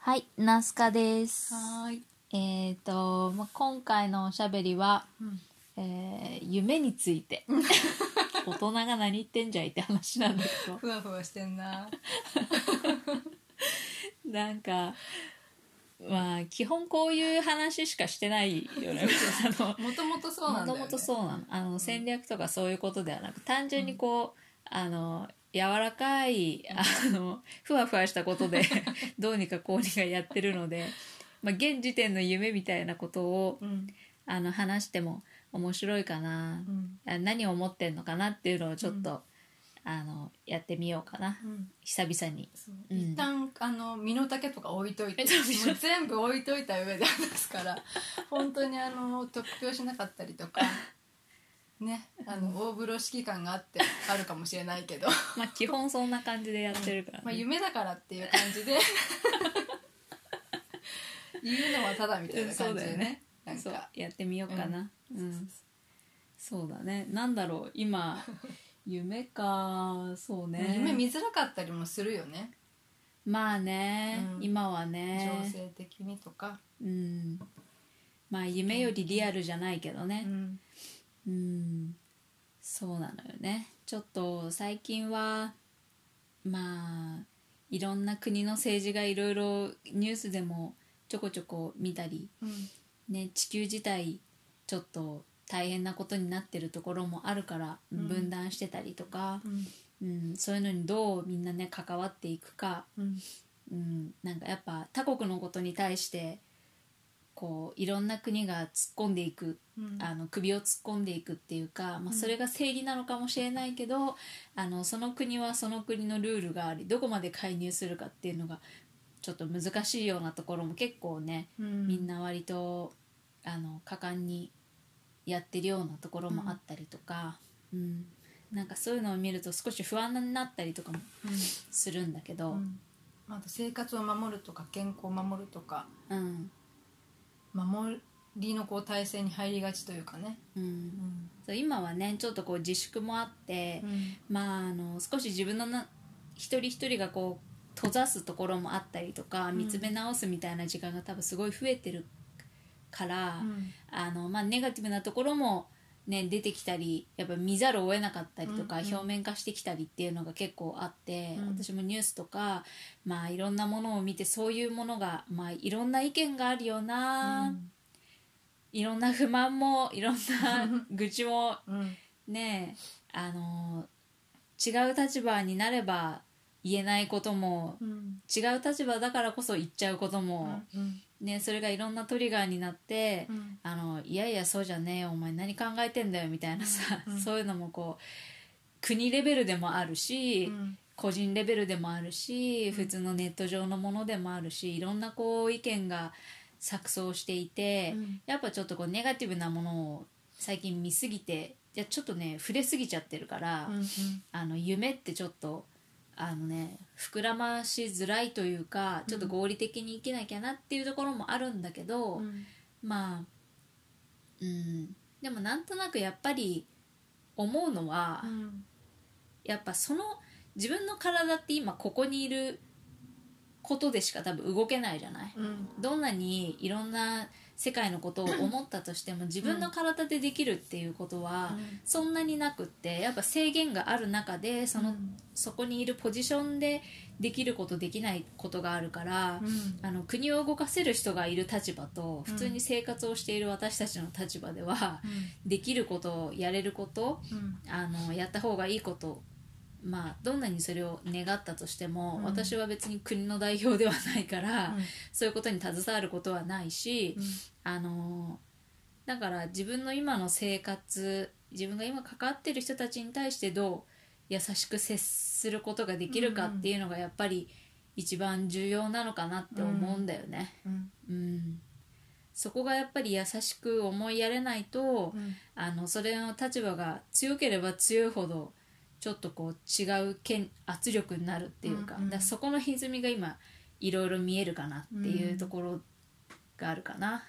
はい、ナスカです。 はーい。 今回のおしゃべりは、夢について大人が何言ってんじゃいって話なんだけどふわふわしてんな。 なんかまあ基本こういう話しかしてないよねもともとそうなんだよね。 もともとそうなの、戦略とかそういうことではなく単純にこう、柔らかいふわふわしたことでどうにかこうにかやってるので、現時点の夢みたいなことを、話しても面白いかな、何を思ってんのかなっていうのをちょっと、やってみようかな、久々に。 一旦身の丈とか置いといて、もう全部置いといた上で話すから本当に突拍しなかったりとかね、大風呂敷感があるかもしれないけど基本そんな感じでやってるからね、 夢だからっていう感じで言うのはただみたいな感じでね、なんかそうやってみようかな。そうだね。なんだろう今夢か。そうね、 夢見づらかったりもするよね。 まあね、今はね情勢的にとか、 夢よりリアルじゃないけどね、そうなのよね。ちょっと最近はいろんな国の政治がいろいろニュースでもちょこちょこ見たり、地球自体ちょっと大変なことになってるところもあるから分断してたりとか、そういうのにどうみんなね関わっていくか、なんかやっぱ他国のことに対してこういろんな国が突っ込んでいく、首を突っ込んでいくっていうか、それが正義なのかもしれないけど、その国はその国のルールがありどこまで介入するかっていうのがちょっと難しいようなところも結構ね、みんな割と果敢にやってるようなところもあったりとか、なんかそういうのを見ると少し不安になったりとかもするんだけど、 あと生活を守るとか健康を守るとか、守りのこう体制に入りがちというかね、 そう今はねちょっとこう自粛もあって、少し自分の一人一人がこう閉ざすところもあったりとか、見つめ直すみたいな時間が多分すごい増えてるから、ネガティブなところも、出てきたりやっぱ見ざるを得なかったりとか、表面化してきたりっていうのが結構あって、私もニュースとか、いろんなものを見てそういうものが、いろんな意見があるよな、いろんな不満もいろんな愚痴も、違う立場になれば言えないことも、違う立場だからこそ言っちゃうことも、それがいろんなトリガーになって、いやいやそうじゃねえよお前何考えてんだよみたいなさ、そういうのもこう国レベルでもあるし、個人レベルでもあるし、普通のネット上のものでもあるし、いろんなこう意見が錯綜していて、やっぱちょっとこうネガティブなものを最近見すぎて、ちょっとね触れすぎちゃってるから、夢ってちょっと膨らましづらいというか、ちょっと合理的に生きなきゃなっていうところもあるんだけど、でもなんとなくやっぱり思うのは、やっぱその自分の体って今ここにいることでしか多分動けないじゃない、どんなにいろんな世界のことを思ったとしても自分の体でできるっていうことはそんなになくって、やっぱ制限がある中でそこにいるポジションでできることできないことがあるから、国を動かせる人がいる立場と普通に生活をしている私たちの立場では、できることやれること、やった方がいいこと、どんなにそれを願ったとしても、私は別に国の代表ではないから、そういうことに携わることはないし、だから自分の今の生活、自分が今関わってる人たちに対してどう優しく接することができるかっていうのがやっぱり一番重要なのかなって思うんだよね、そこがやっぱり優しく思いやれないと、それの立場が強ければ強いほどちょっとこう違う圧力になるっていうか、だからそこの歪みが今いろいろ見えるかなっていうところがあるかな。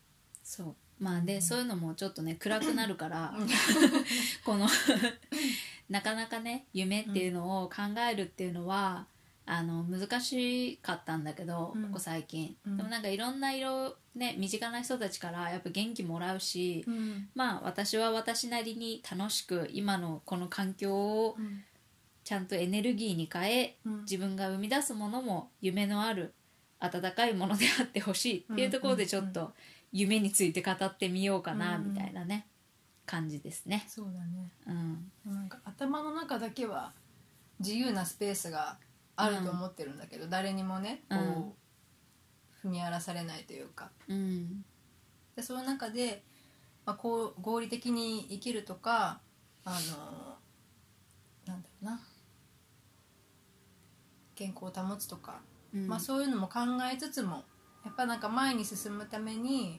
そうでそういうのもちょっとね暗くなるからこのなかなかね夢っていうのを考えるっていうのは、難しかったんだけど、ここ最近、でもなんかいろんなね、身近な人たちからやっぱ元気もらうし、まあ私は私なりに楽しく今のこの環境をちゃんとエネルギーに変え、自分が生み出すものも夢のある温かいものであってほしいっていうところでちょっと夢について語ってみようかなみたいなね、感じですね。 そうだね、なんか頭の中だけは自由なスペースがあると思ってるんだけど、誰にもねこう踏み荒らされないというか、でその中で、こう合理的に生きるとかなんだろうな、健康を保つとか、そういうのも考えつつもやっぱなんか前に進むために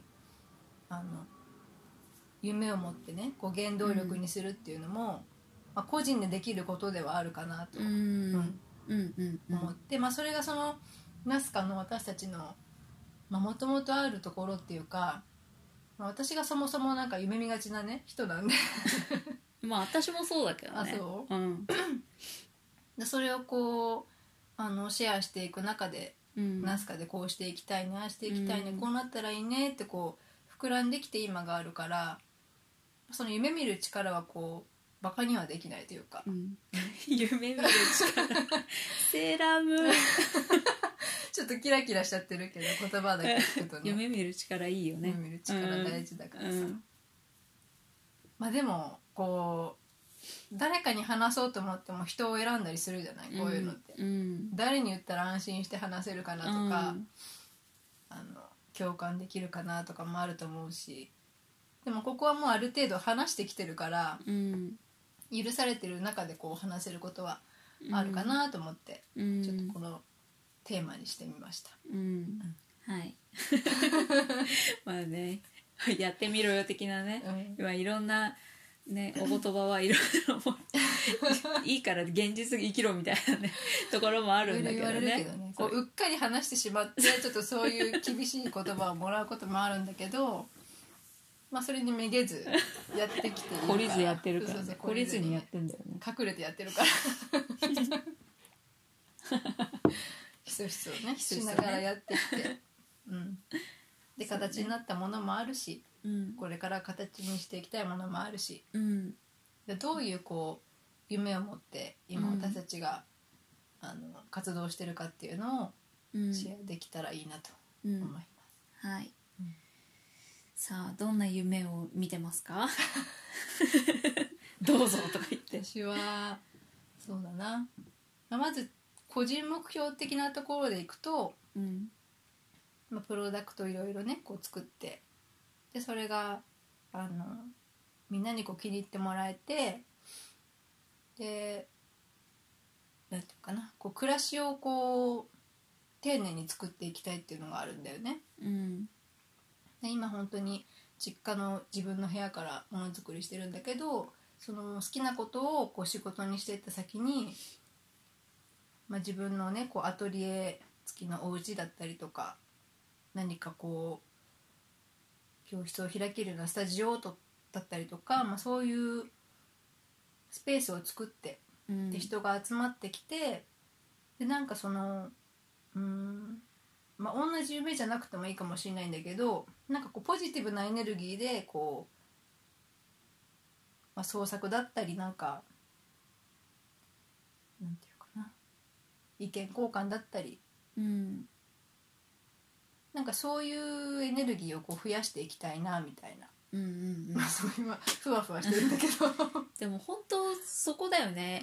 夢を持ってねこう原動力にするっていうのも、個人でできることではあるかなと思って、それがそのナスカの私たちのもともとあるところっていうか、私がそもそもなんか夢見がちなね人なんで私もそうだけどね。 そう、でそれをこうシェアしていく中で、ナスカでこうしていきたいね、ああしていきたいね、こうなったらいいねってこう膨らんできて今があるから、その夢見る力はこうバカにはできないというか、 夢見る力セーラームーンちょっとキラキラしちゃってるけど言葉だけ聞くとね夢見る力いいよね。 夢見る力大事だからさ、でもこう誰かに話そうと思っても人を選んだりするじゃない、こういうのって、誰に言ったら安心して話せるかなとか、共感できるかなとかもあると思うし、でもここはもうある程度話してきてるから、許されてる中でこう話せることはあるかなと思って、ちょっとこのテーマにしてみました。 はいまあねやってみろよ的なね、今いろんなねお言葉はいろいろもいいから現実生きろみたいなねところもあるんだけどね、 こううっかり話してしまってちょっとそういう厳しい言葉をもらうこともあるんだけどそれにめげずやってきているから懲りずやってるからね、懲りずにやってんだよね、 隠れてやってるからひそひそねしながらやってきて、で形になったものもあるし、これから形にしていきたいものもあるし、でどういうこう夢を持って今私たちが、活動してるかっていうのをシェアできたらいいなと思います、 はい、さあどんな夢を見てますかどうぞとか言って。 私はそうだな、まず個人目標的なところでいくと、プロダクトいろいろねこう作って、でそれがみんなにこう気に入ってもらえて、でなんていうかな、こう暮らしをこう丁寧に作っていきたいっていうのがあるんだよね、で今本当に実家の自分の部屋からものづくりしてるんだけど、その好きなことをこう仕事にしていった先に、自分のねこうアトリエ付きのお家だったりとか、何かこう教室を開けるようなスタジオだったりとか、そういうスペースを作って、で人が集まってきて、でなんかその同じ夢じゃなくてもいいかもしれないんだけど、なんかこうポジティブなエネルギーでこう、創作だったりなんかなんていうかな、意見交換だったり、なんかそういうエネルギーをこう増やしていきたいなみたいな、そう今ふわふわしてるんだけどでも本当そこだよね、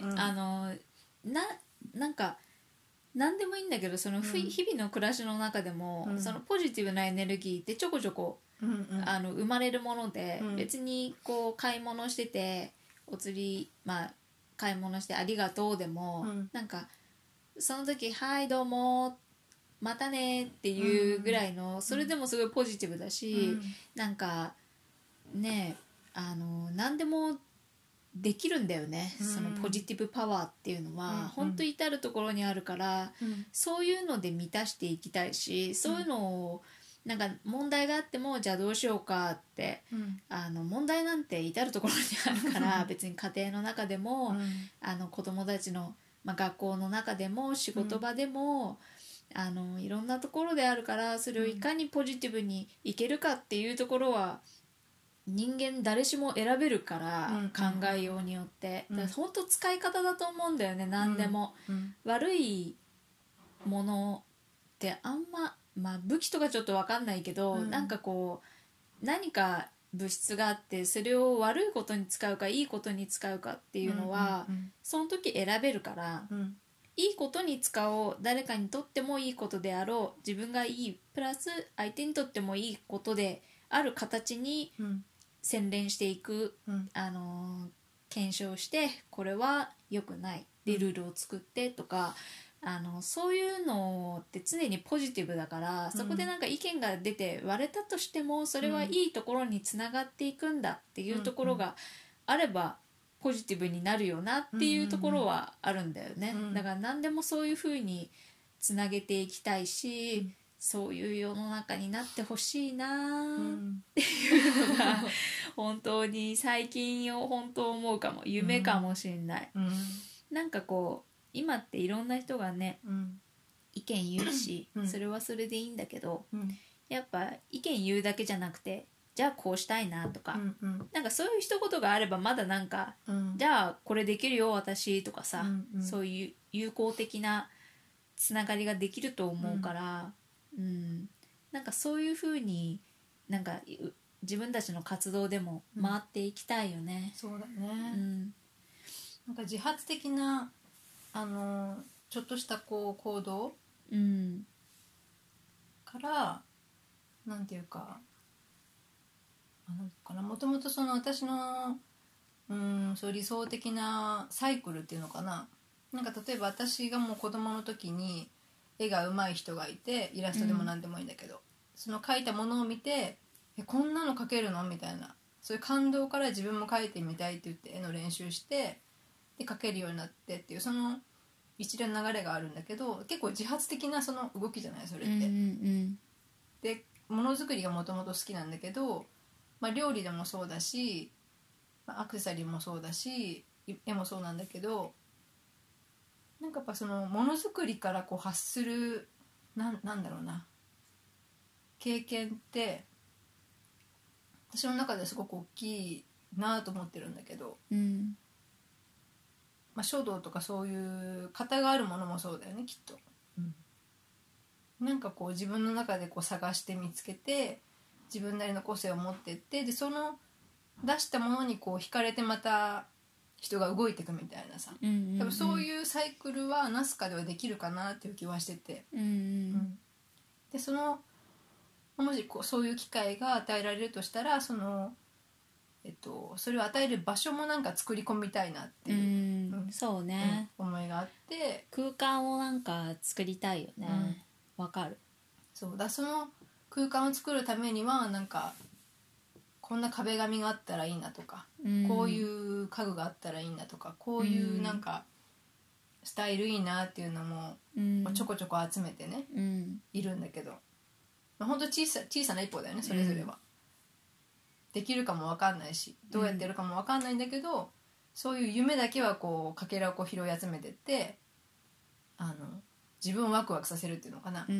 なんか何でもいいんだけど、その日々の暮らしの中でも、そのポジティブなエネルギーってちょこちょこ、生まれるもので、別にこう買い物しててお釣り、買い物してありがとうでも、なんかその時はいどうもまたねっていうぐらいの、それでもすごいポジティブだし、なんかね何でもできるんだよね、そのポジティブパワーっていうのは、本当に至るところにあるから、そういうので満たしていきたいし、そういうのをなんか問題があってもじゃあどうしようかって、問題なんて至る所にあるから別に家庭の中でも、子供たちの、学校の中でも仕事場でも、いろんなところであるから、それをいかにポジティブにいけるかっていうところは人間誰しも選べるから、考えようによって、だから本当使い方だと思うんだよね、何でも、悪いものってあんま、武器とかちょっと分かんないけど、なんかこう何か物質があってそれを悪いことに使うかいいことに使うかっていうのは、その時選べるから、いいことに使おう、誰かにとってもいいことであろう、自分がいいプラス相手にとってもいいことである形に洗練していく、検証してこれは良くないでルールを作ってとか、そういうのって常にポジティブだから、そこでなんか意見が出て割れたとしてもそれはいいところにつながっていくんだっていうところがあればポジティブになるよなっていうところはあるんだよね、だから何でもそういう風につなげていきたいし、そういう世の中になってほしいなっていうのが、本当に最近を本当思うかも、夢かもしんない、なんかこう今っていろんな人がね、意見言うし、それはそれでいいんだけど、やっぱ意見言うだけじゃなくて、じゃあこうしたいなとか、なんかそういう一言があればまだなんか、じゃあこれできるよ私とかさ、そういう友好的なつながりができると思うから、なんかそういう風になんか自分たちの活動でも回っていきたいよね、 そうだね、なんか自発的なちょっとしたこう行動、からなんていうかもともとその私のそう理想的なサイクルっていうのかな、なんか例えば私がもう子供の時に絵が上手い人がいて、イラストでも何でもいいんだけど、その描いたものを見てこんなの描けるのみたいな、そういう感動から自分も描いてみたいって言って絵の練習してで描けるようになってっていう、その一連の流れがあるんだけど、結構自発的なその動きじゃないそれって、でものづくりがもともと好きなんだけど、料理でもそうだし、アクセサリーもそうだし絵もそうなんだけど、なんかやっぱそのものづくりからこう発するなんだろうな経験って私の中ですごく大きいなと思ってるんだけど、書道とかそういう型があるものもそうだよねきっと、なんかこう自分の中でこう探して見つけて自分なりの個性を持ってって、でその出したものにこう惹かれてまた人が動いていくみたいなさ、多分そういうサイクルはナスカではできるかなっていう気はしてて、でそのもしこうそういう機会が与えられるとしたらその、それを与える場所もなんか作り込みたいなっていう、 そうね、 思いがあって、 空間をなんか作りたいよね、わかる。 そうだ、その空間を作るためにはなんかこんな壁紙があったらいいなとか、こういう家具があったらいいなとか、こういうなんかスタイルいいなっていうのもちょこちょこ集めてね、いるんだけど、ほんと小さな一歩だよねそれぞれは、できるかも分かんないしどうやってやるかも分かんないんだけど、そういう夢だけはこうかけらをこう拾い集めてって自分をワクワクさせるっていうのかな、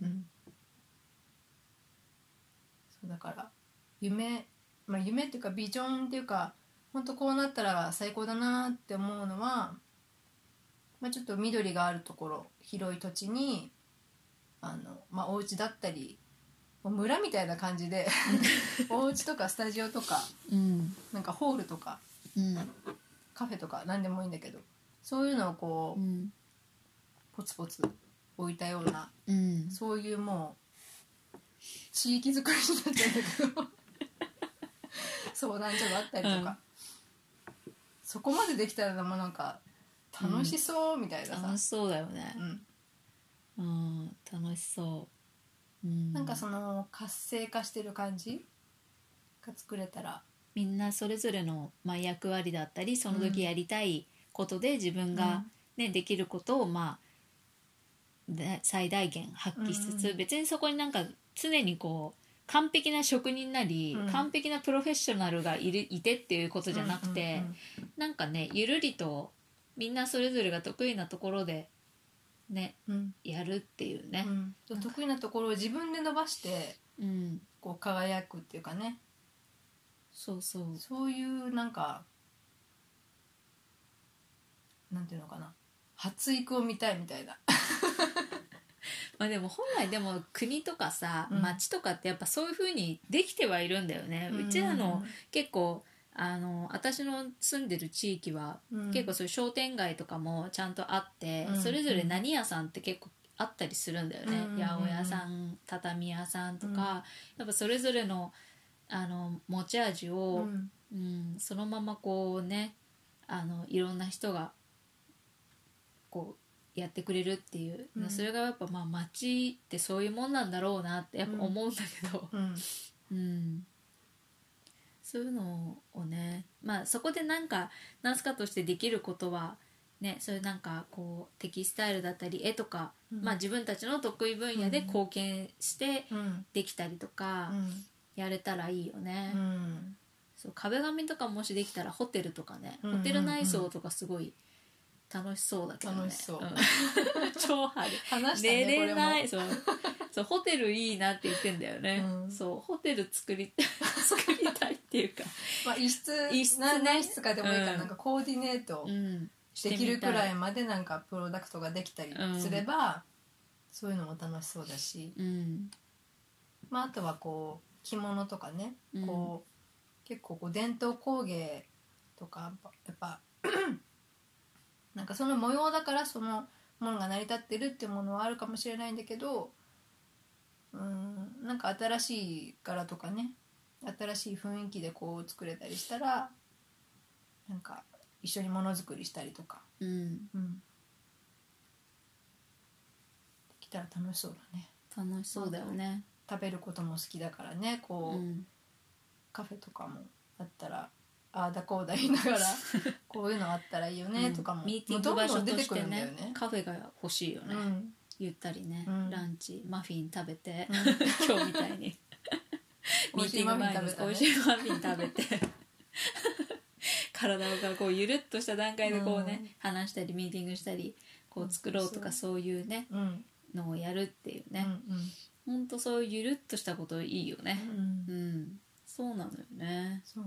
そうだから夢っていうかビジョンっていうか、本当こうなったら最高だなって思うのは、ちょっと緑があるところ、広い土地にお家だったりもう村みたいな感じでお家とかスタジオとか、なんかホールとか、カフェとか何でもいいんだけど、そういうのをこう、ポツポツ置いたような、そういうもう地域づくりになっちゃうんだけど相談所があったりとか、そこまでできたらもうなんか楽しそうみたいなさ、 楽しそうだよね、楽しそう、 なんかその活性化してる感じが作れたら、 みんなそれぞれの、役割だったりその時やりたいことで自分が、できることを最大限発揮しつつ、 うんうん別にそこになんか常にこう完璧な職人なり、 うん完璧なプロフェッショナルがいてっていうことじゃなくて、なんかねゆるりとみんなそれぞれが得意なところでね、やるっていうね、 得意なところを自分で伸ばしてうんこう輝くっていうかね、 そうそうそういうなんかなんていうのかな、発育を見たいみたいなまあでも本来でも国とかさ、 うん町とかってやっぱそういう風にできてはいるんだよね、うちらの結構私の住んでる地域は、結構そういう商店街とかもちゃんとあって、それぞれ何屋さんって結構あったりするんだよね、八百屋さん畳屋さんとか、やっぱそれぞれの持ち味を、そのままこうねいろんな人がこうやってくれるっていう、それがやっぱまあ町ってそういうもんなんだろうなってやっぱ思うんだけど、そういうのをね、まあそこでなんかナースカとしてできることはね、そういうなんかこうテキスタイルだったり絵とか、まあ自分たちの得意分野で貢献してできたりとかやれたらいいよね、そう壁紙とかもしできたらホテルとかね、ホテル内装とかすごい楽しそうだけどね、 楽しそう、 超派手話したね、 寝れない、 こそうホテルいいなって言ってんだよね、そうホテル作りたいっていうか、 まあ、一室ね何室かでもいいから、なんかコーディネートできるくらいまでなんかプロダクトができたりすれば、そういうのも楽しそうだし、まあ、あとはこう着物とかね、こう結構こう伝統工芸とかやっぱなんかその模様だからそのものが成り立ってるっていうものはあるかもしれないんだけど、なんか新しい柄とかね、新しい雰囲気でこう作れたりしたら、なんか一緒にものづくりしたりとか、できたら楽しそうだね。 楽しそうだよね。 食べることも好きだからね、こう、カフェとかもあったらああだこうだ言いながらこういうのあったらいいよねとかも、 ミーティング場所としてどんどん出てくるんだよね、カフェが欲しいよね、ゆったりね、ランチマフィン食べて、今日みたいにミーティング前に美味しいマフィン食べて体がこうゆるっとした段階でこうね、話したりミーティングしたりこう作ろうとか、そういうね、のをやるっていうね、ほんとそういうゆるっとしたこといいよね、そうなのよね。 そう、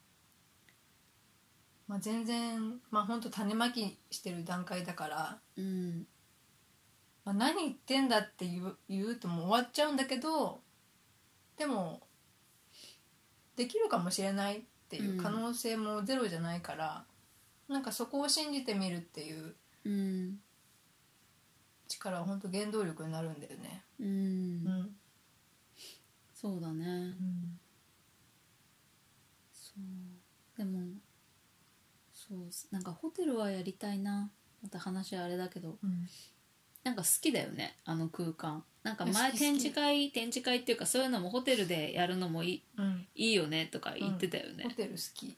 まあ、全然まあほんと種まきしてる段階だから、まあ、何言ってんだって言うともう終わっちゃうんだけど、でもできるかもしれないっていう可能性もゼロじゃないから、なんかそこを信じてみるっていう力は本当原動力になるんだよね。 そうだね、そうでもそうなんかホテルはやりたいな。また話はあれだけど、なんか好きだよね、あの空間。なんか前展示会っていうかそういうのもホテルでやるのもいいよねとか言ってたよね、 ホテル好き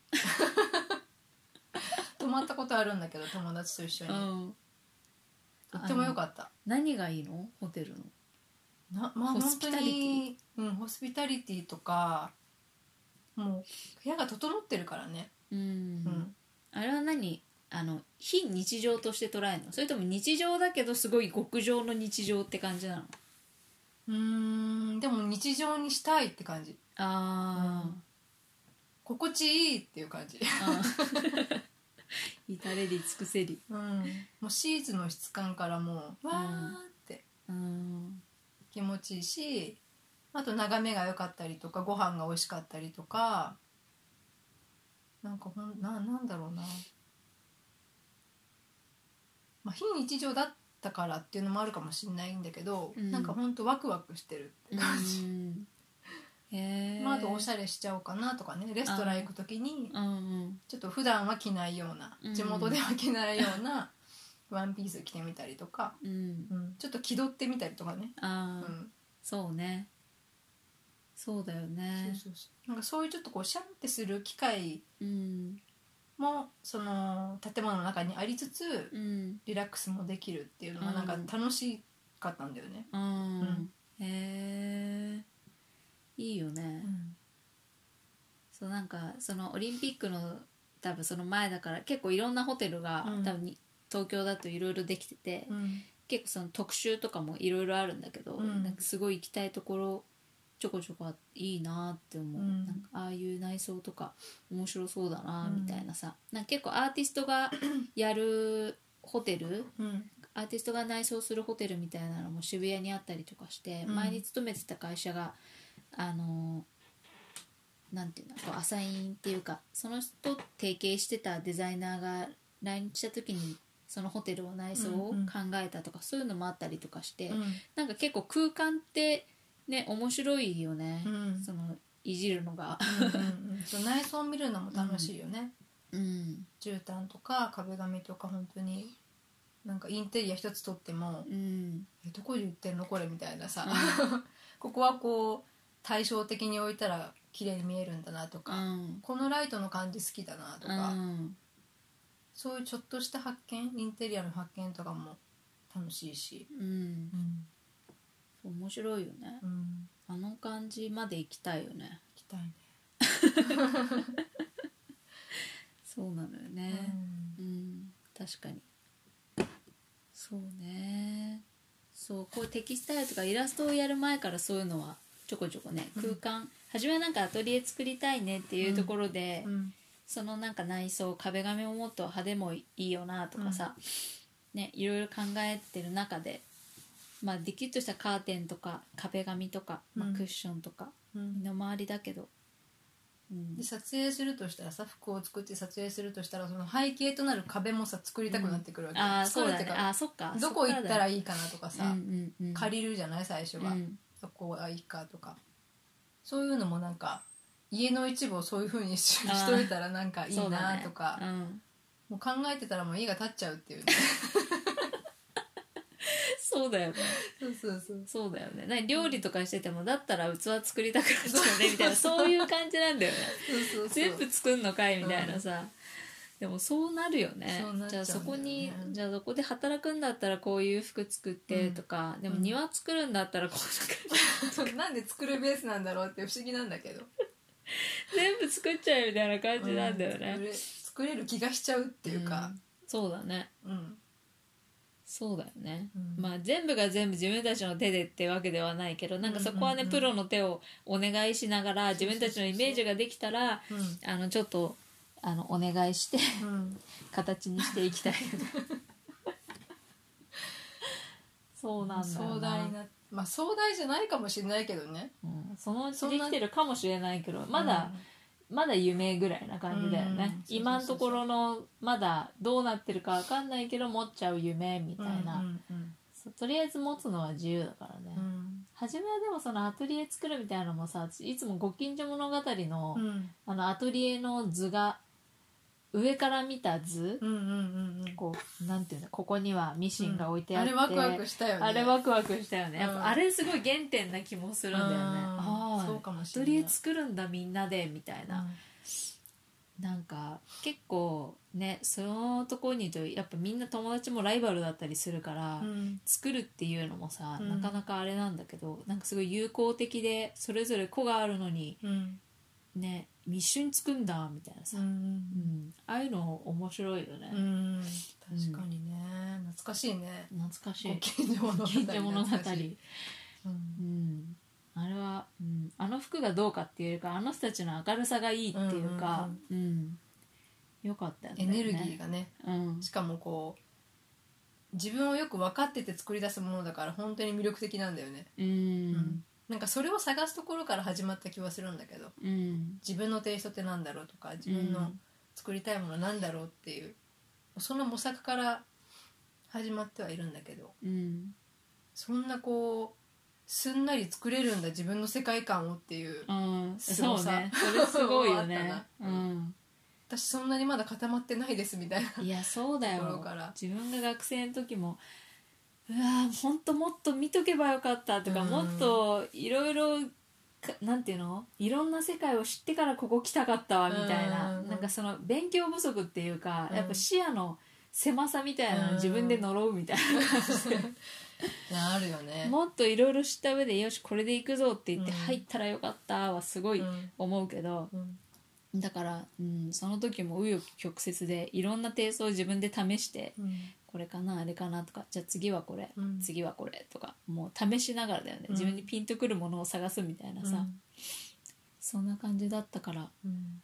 泊まったことあるんだけど友達と一緒に、とっても良かった。 何がいいのホテルのまあホスピタリティ、ホスピタリティとかもう部屋が整ってるからね。 あれは何非日常として捉えるの？それとも日常だけどすごい極上の日常って感じなの？ でも日常にしたいって感じ。心地いいっていう感じ。 至れり尽くせり、 もうシーツの質感からもうわーって気持ちいいし、あと眺めが良かったりとかご飯が美味しかったりとか、なんかなんだろうな、まあ、非日常だったからっていうのもあるかもしれないんだけど、なんかほんとワクワクしてるって感じ。まあ、あとおしゃれしちゃおうかなとかね、レストラン行く時にちょっと普段は着ないような、地元では着ないようなワンピース着てみたりとか、ちょっと気取ってみたりとかね。 そうね、そうだよね。 なんかそういうちょっとこうシャンってする機会もその建物の中にありつつ、リラックスもできるっていうのはなんか楽しかったんだよね。 へえ、いいよね、そうなんかそのオリンピックの多分その前だから結構いろんなホテルが、多分東京だといろいろできてて、結構その特集とかもいろいろあるんだけど、なんかすごい行きたいところちょこちょこいいなって思う、なんかああいう内装とか面白そうだなみたいなさ、なんか結構アーティストがやるホテル、アーティストが内装するホテルみたいなのも渋谷にあったりとかして、前に勤めてた会社がなんていうの、こうアサインっていうかその人と提携してたデザイナーが来日した時にそのホテルの内装を考えたとか、そういうのもあったりとかして、なんか結構空間ってね面白いよね、そのいじるのがそう内装を見るのも楽しいよね、絨毯とか壁紙とか本当になんかインテリア一つとっても、どこで売ってんのこれみたいなさ、ここはこう対照的に置いたら綺麗に見えるんだなとか、このライトの感じ好きだなとか、そういうちょっとした発見、インテリアの発見とかも楽しいし、 面白いよね、あの感じまで行きたいよね。 行きたいねそうなのよね、確かにそうね。そうこうテキスタイルとかイラストをやる前からそういうのはちょこちょこね、空間初めはなんかアトリエ作りたいねっていうところで、そのなんか内装壁紙ももっと派手もいいよなとかさ、ね、いろいろ考えてる中で、まあできるとしたカーテンとか壁紙とか、まあ、クッションとか身の回りだけど、 で撮影するとしたらさ、服を作って撮影するとしたらその背景となる壁もさ作りたくなってくるわけ、 そうだね、そっか、 どこ行ったらいいかなとかさ、借りるじゃない最初は、そこはいいかとか、そういうのもなんか家の一部をそういう風にしといたらなんかいいなとか、もう考えてたらもう家が建っちゃうっていうねそうだよねそうだよね。料理とかしててもだったら器作りたくなっちゃうねみたいなそういう感じなんだよね全部作んのかいみたいなさ、でもそうなるよね。じゃあそこにじゃあそこで働くんだったらこういう服作ってとか、でも庭作るんだったらこうなんかなんで作るベースなんだろうって不思議なんだけど全部作っちゃえみたいな感じなんだよね、 作れる気がしちゃうっていうか、 そうだね、そうだよね、まあ全部が全部自分たちの手でってわけではないけど、なんかそこはね、プロの手をお願いしながら自分たちのイメージができたら、ちょっとお願いして、形にしていきたいそうなんだよな。 まあ壮大じゃないかもしれないけどね、 そのうちできてるかもしれないけど、まだ夢ぐらいな感じだよね、今のところのまだどうなってるか分かんないけど持っちゃう夢みたいな、とりあえず持つのは自由だからね、初めはでもそのアトリエ作るみたいなのもさ、いつもご近所物語の、アトリエの図が上から見た図、こうなんていうの、ここにはミシンが置いてあって、 あれワクワクしたよね。 あれワクワクしたよね、やっぱあれすごい原点な気もするんだよね、 そうかもしれない。 アトリエ作るんだみんなでみたいな、なんか結構ね、そのところにいるとやっぱみんな友達もライバルだったりするから、作るっていうのもさ、なかなかあれなんだけど、なんかすごい友好的でそれぞれ個があるのに、ね、一緒に作るんだみたいなさ、ああいうの面白いよね、 確かにね、懐かしいね。 懐かしい。 ご近所物語あれは、あの服がどうかっていうよりか、あの人たちの明るさがいいっていうか、よかったよね。 エネルギーがね、しかもこう自分をよく分かってて作り出すものだから本当に魅力的なんだよね。なんかそれを探すところから始まった気はするんだけど、自分のテイストってなんだろうとか、自分の作りたいものはなんだろうっていう、その模索から始まってはいるんだけど、そんなこうすんなり作れるんだ自分の世界観をっていうすごさ、 そうね、それすごいよね私そんなにまだ固まってないですみたいな。 いやそうだよ、 ところから自分が学生の時もうわほんともっと見とけばよかったとか、もっといろいろなんていうの、いろんな世界を知ってからここ来たかったわみたいな、なんかその勉強不足っていうか、やっぱ視野の狭さみたいなの自分で呪うみたいな感じであるよね。 もっといろいろ知った上でよしこれで行くぞって言ってうん入ったらよかったはすごい思うけど、だから、その時も紆余曲折でいろんなテイストを自分で試して、これかなあれかなとか、じゃあ次はこれ、次はこれとかもう試しながらだよね、自分にピンとくるものを探すみたいなさ、そんな感じだったから、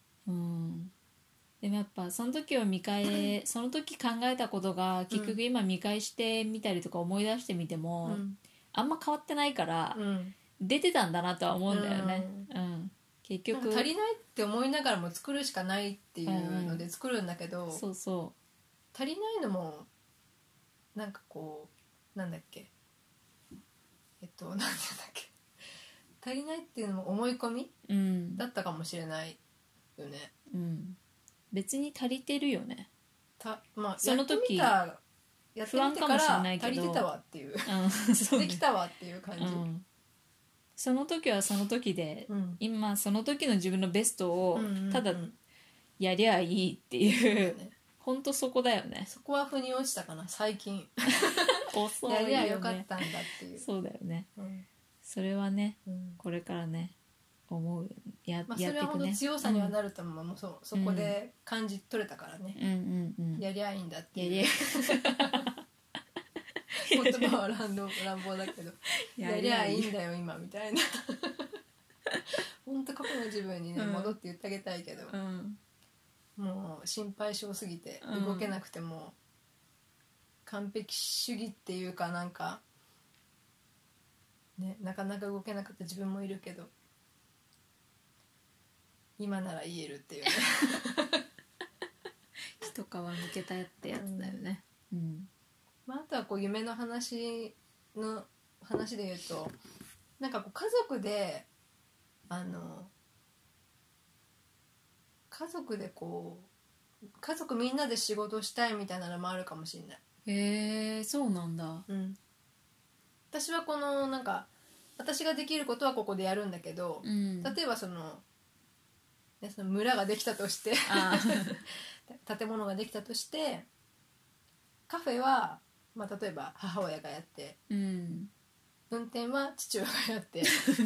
でもやっぱその時をその時考えたことが結局今見返してみたりとか思い出してみても、あんま変わってないから、出てたんだなとは思うんだよね、結局足りないって思いながらも作るしかないっていうので作るんだけど、 そうそう、 足りないのもなんかこうなんだっけなんていうんだっけ、足りないっていうのも思い込み、だったかもしれないよね。 別に足りてるよね。 まあ、 その時やってみて不安かもしれないけど足りてたわっていう、 そうね、 できたわっていう感じ、 その時はその時で、今その時の自分のベストをただやりゃいいっていう、ほんとそこだよね。 そこは腑に落ちたかな最近遅いよね、 やりゃよかったんだっていう。 そうだよね、それはね、これからね思うやっていくね。 それは本当強さにはなると思う、もうそこで感じ取れたからね、やりゃいいんだっていう言葉は乱暴だけどやりゃいいんだよ今みたいな本当過去の自分にね、戻って言ってあげたいけど、もう心配性すぎて動けなくても、完璧主義っていうかなんかね、なかなか動けなかった自分もいるけど、今なら言えるっていうね一皮むけたってやつだよね。 あとはこう夢の話で言うと、なんかこう家族で家族みんなで仕事したいみたいなのもあるかもしれない。 へえ、そうなんだ。 私はなんか私ができることはここでやるんだけど、例えばその村ができたとして建物ができたとして、カフェは、例えば母親がやって、運転は父親がやって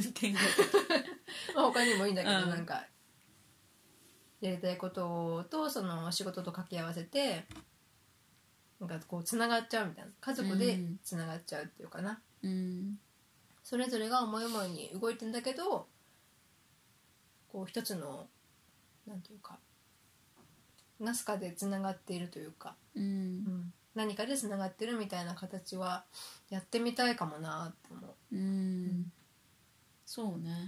他にもいいんだけど、なんかやりたいこととその仕事と掛け合わせてなんかこうつながっちゃうみたいな、家族でつながっちゃうっていうかな、それぞれが思い思いに動いてんだけど、こう一つのなんていうかナスカでつながっているというか、何かでつながってるみたいな形はやってみたいかもなと思う。 そうね、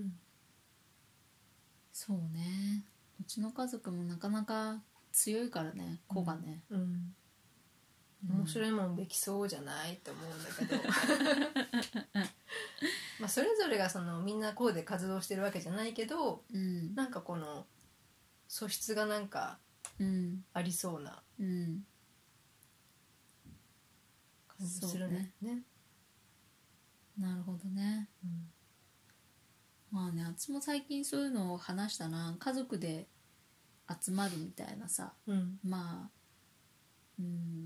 そうね。うちの家族もなかなか強いからね、子がね、 面白いもんできそうじゃないって思うんだけどそれぞれがみんなこうで活動してるわけじゃないけど、なんかこの素質がなんかありそうな感じするね。 なるほどね。まあね、私も最近そういうのを話したな。家族で集まるみたいなさ、まあ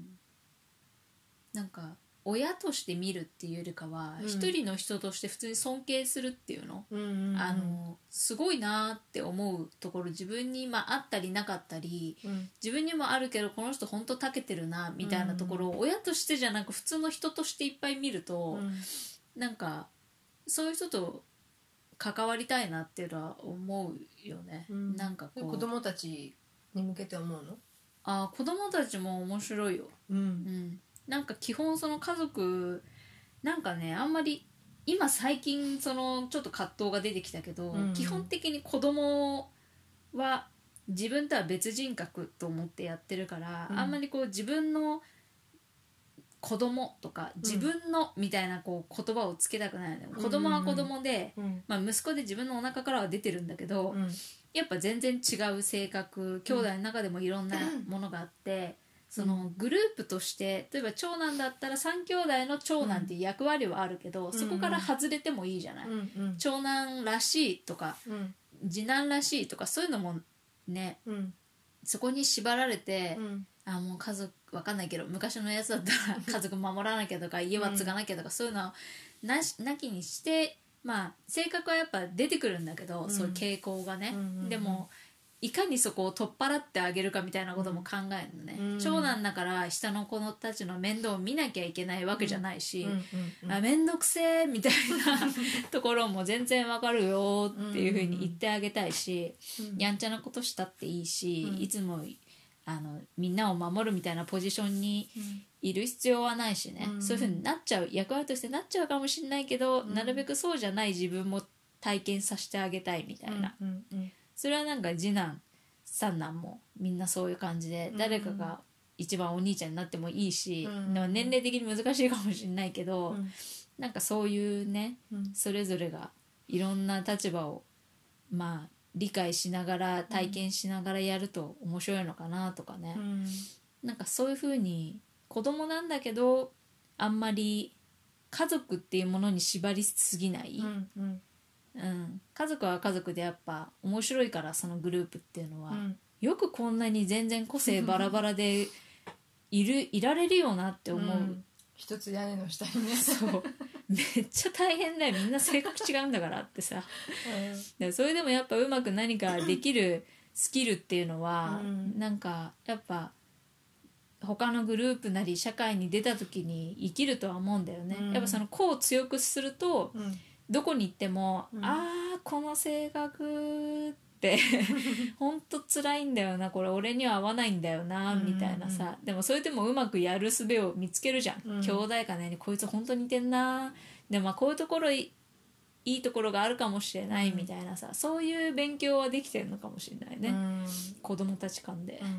なんか親として見るっていうよりかは、一人の人として普通に尊敬するっていうの、すごいなって思うところ、自分にあったりなかったり、自分にもあるけどこの人本当長けてるなみたいなところを、親としてじゃなく普通の人としていっぱい見ると、なんかそういう人と関わりたいなっていうのは思うよね。なんかこう子供たちに向けて思うの？ 子供たちも面白いよ。なんか基本その家族なんかね、あんまり今最近ちょっと葛藤が出てきたけど、基本的に子供は自分とは別人格と思ってやってるから、あんまりこう自分の子供とか自分のみたいなこう言葉をつけたくないよね。子供は子供で、息子で自分のお腹からは出てるんだけど、やっぱ全然違う性格、兄弟の中でもいろんなものがあって、そのグループとして例えば長男だったら3兄弟の長男っていう役割はあるけど、そこから外れてもいいじゃない、長男らしいとか、次男らしいとかそういうのもね、そこに縛られて、 もう家族わかんないけど昔のやつだったら家族守らなきゃとか家は継がなきゃとか、そういうのはなきにして、まあ性格はやっぱ出てくるんだけど、そういう傾向がね、でもいかにそこを取っ払ってあげるかみたいなことも考えるのね、長男だから下の子たちの面倒を見なきゃいけないわけじゃないし、面倒くせーみたいなところも全然わかるよっていう風に言ってあげたいし、やんちゃなことしたっていいし、いつもみんなを守るみたいなポジションにいる必要はないしね、そういう風になっちゃう役割としてなっちゃうかもしれないけど、なるべくそうじゃない自分も体験させてあげたいみたいな、それはなんか次男三男もみんなそういう感じで、誰かが一番お兄ちゃんになってもいいし、年齢的に難しいかもしれないけど、なんかそういうね、それぞれがいろんな立場をまあ理解しながら体験しながらやると面白いのかなとかね、なんかそういう風に子供なんだけどあんまり家族っていうものに縛りすぎない、家族は家族でやっぱ面白いから、そのグループっていうのは、よくこんなに全然個性バラバラでいられるよなって思う、 一つ屋根の下にねそうめっちゃ大変だよ、みんな性格違うんだからってさ、でそれでもやっぱうまく何かできるスキルっていうのは、なんかやっぱ他のグループなり社会に出た時に生きるとは思うんだよね、やっぱその個を強くすると、どこに行っても、この性格ってほんと辛いんだよな、これ俺には合わないんだよなみたいなさ、でもそれでもうまくやる術を見つけるじゃん、兄弟かね、こいつほんと似てんな、でもまあこういうところいいところがあるかもしれないみたいなさ、そういう勉強はできてるのかもしれないね、子供たち間で、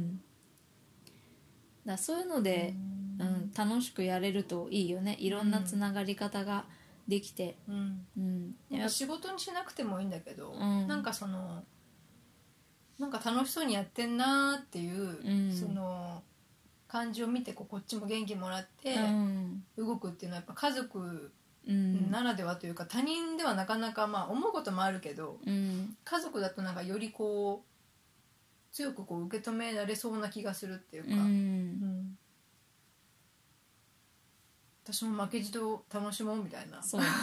だそういうので、楽しくやれるといいよね、いろんなつながり方ができて、 なんか仕事にしなくてもいいんだけど、なんかそのなんか楽しそうにやってんなっていう、その感じを見てこっちも元気もらって動くっていうのはやっぱ家族ならではというか、他人ではなかなかまあ思うこともあるけど、家族だとなんかよりこう強くこう受け止められそうな気がするっていうか、私も負けじと楽しもうみたいな、 そう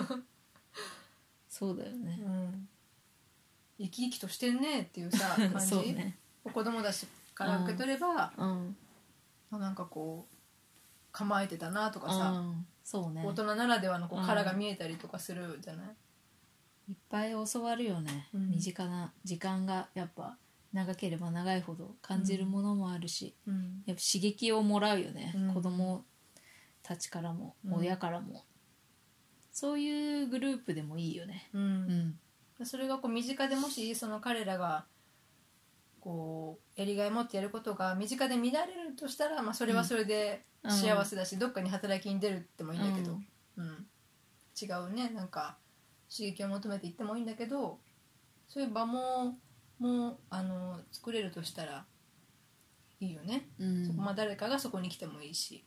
そうだよね、 生き生きとしてんねっていうさ感じそうね、 子供たちから受け取れば、なんかこう構えてたなとかさ、 そうね、 大人ならではのこう殻が見えたりとかするじゃない、 いっぱい教わるよね、身近な時間がやっぱ長ければ長いほど感じるものもあるし、やっぱ刺激をもらうよね、子供たちからも親からも、そういうグループでもいいよね、 それがこう身近でもしその彼らがこうやりがい持ってやることが身近で見られるとしたら、まあ、それはそれで幸せだし、どっかに働きに出るってもいいんだけど、違うね、なんか刺激を求めていってもいいんだけど、そういう場も作れるとしたらいいよね、そこ、まあ、誰かがそこに来てもいいし、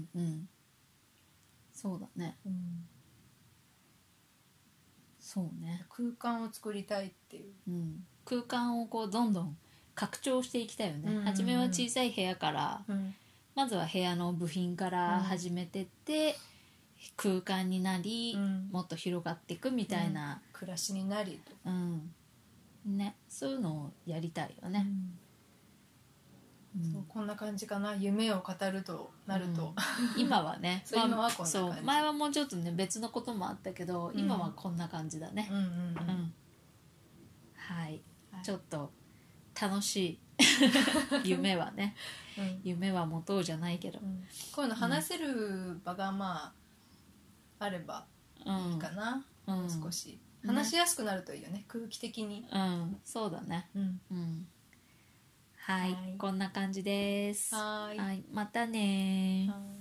そうだね、そうね、 空間を作りたいっていう、 空間をこうどんどん拡張していきたいよね、初めは小さい部屋から、まずは部屋の部品から始めてって、空間になり、もっと広がっていくみたいな、 暮らしになりと、 ね、そういうのをやりたいよね、 そうこんな感じかな、夢を語るとなると、 今はねそう今はこんな感じ、 そう前はもうちょっとね別のこともあったけど、今はこんな感じだね、はい、ちょっと楽しい夢はね、夢は持とうじゃないけど、 こういうの話せる場がまああればいいかな、少し話しやすくなるといいよね、空気的に、 そうだね、はい、こんな感じです。はい、またね。